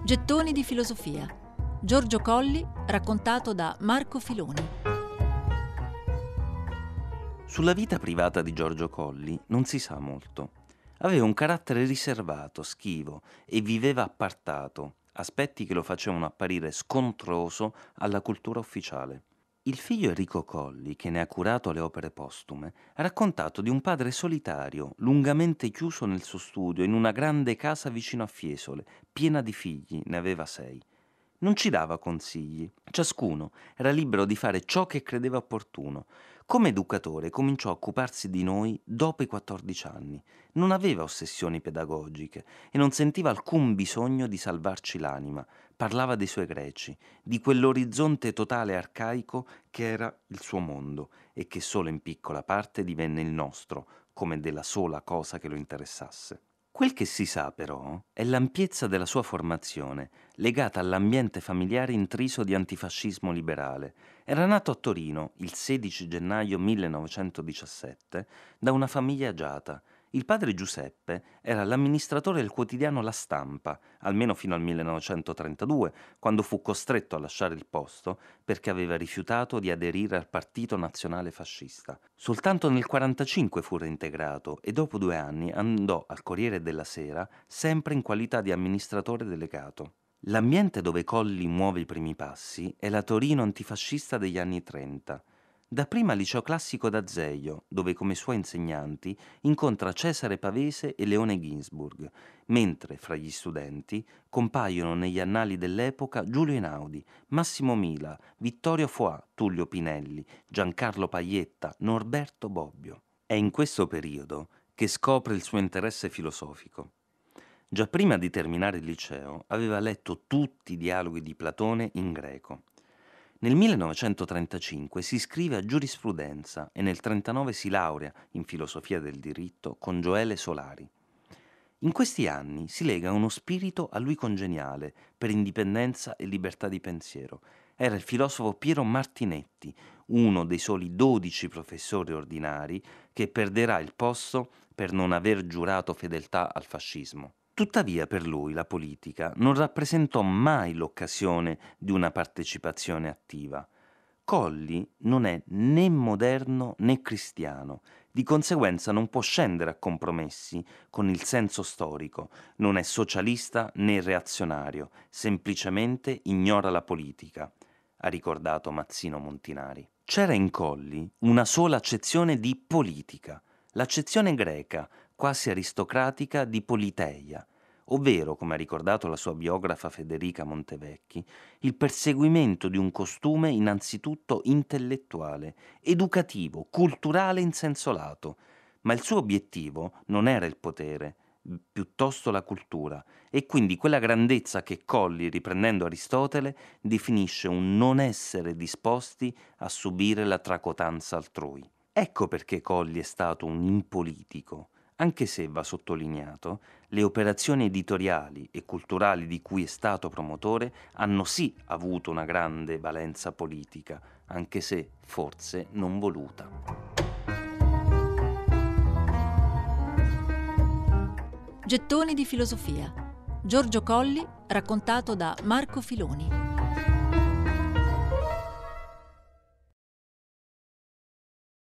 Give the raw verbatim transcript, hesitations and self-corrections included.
Gettoni di filosofia. Giorgio Colli, raccontato da Marco Filoni. Sulla vita privata di Giorgio Colli non si sa molto. Aveva un carattere riservato, schivo e viveva appartato, aspetti che lo facevano apparire scontroso alla cultura ufficiale. Il figlio Enrico Colli, che ne ha curato le opere postume, ha raccontato di un padre solitario, lungamente chiuso nel suo studio in una grande casa vicino a Fiesole, piena di figli, ne aveva sei. Non ci dava consigli, ciascuno era libero di fare ciò che credeva opportuno. Come educatore cominciò a occuparsi di noi dopo i quattordici anni. Non aveva ossessioni pedagogiche e non sentiva alcun bisogno di salvarci l'anima. Parlava dei suoi greci, di quell'orizzonte totale arcaico che era il suo mondo e che solo in piccola parte divenne il nostro, come della sola cosa che lo interessasse. Quel che si sa però è l'ampiezza della sua formazione, legata all'ambiente familiare intriso di antifascismo liberale. Era nato a Torino il sedici gennaio millenovecentodiciassette da una famiglia agiata. Il padre Giuseppe era l'amministratore del quotidiano La Stampa, almeno fino al millenovecentotrentadue, quando fu costretto a lasciare il posto perché aveva rifiutato di aderire al Partito Nazionale Fascista. Soltanto nel millenovecentoquarantacinque fu reintegrato e dopo due anni andò al Corriere della Sera, sempre in qualità di amministratore delegato. L'ambiente dove Colli muove i primi passi è la Torino antifascista degli anni trenta. Dapprima al liceo classico d'Azeglio, dove come suoi insegnanti incontra Cesare Pavese e Leone Ginsburg, mentre fra gli studenti compaiono negli annali dell'epoca Giulio Einaudi, Massimo Mila, Vittorio Foà, Tullio Pinelli, Giancarlo Pajetta, Norberto Bobbio. È in questo periodo che scopre il suo interesse filosofico. Già prima di terminare il liceo aveva letto tutti i dialoghi di Platone in greco. Nel millenovecentotrentacinque si iscrive a giurisprudenza e nel trentanove si laurea in filosofia del diritto con Gioele Solari. In questi anni si lega uno spirito a lui congeniale per indipendenza e libertà di pensiero. Era il filosofo Piero Martinetti, uno dei soli dodici professori ordinari che perderà il posto per non aver giurato fedeltà al fascismo. Tuttavia per lui la politica non rappresentò mai l'occasione di una partecipazione attiva. Colli non è né moderno né cristiano, di conseguenza non può scendere a compromessi con il senso storico, non è socialista né reazionario, semplicemente ignora la politica, ha ricordato Mazzino Montinari. C'era in Colli una sola accezione di politica, l'accezione greca, quasi aristocratica, di politeia, ovvero, come ha ricordato la sua biografa Federica Montevecchi, il perseguimento di un costume innanzitutto intellettuale, educativo, culturale in senso lato, ma il suo obiettivo non era il potere, piuttosto la cultura, e quindi quella grandezza che Colli, riprendendo Aristotele, definisce un non essere disposti a subire la tracotanza altrui. Ecco perché Colli è stato un impolitico, anche se, va sottolineato, le operazioni editoriali e culturali di cui è stato promotore hanno sì avuto una grande valenza politica, anche se forse non voluta. Gettoni di filosofia. Giorgio Colli, raccontato da Marco Filoni.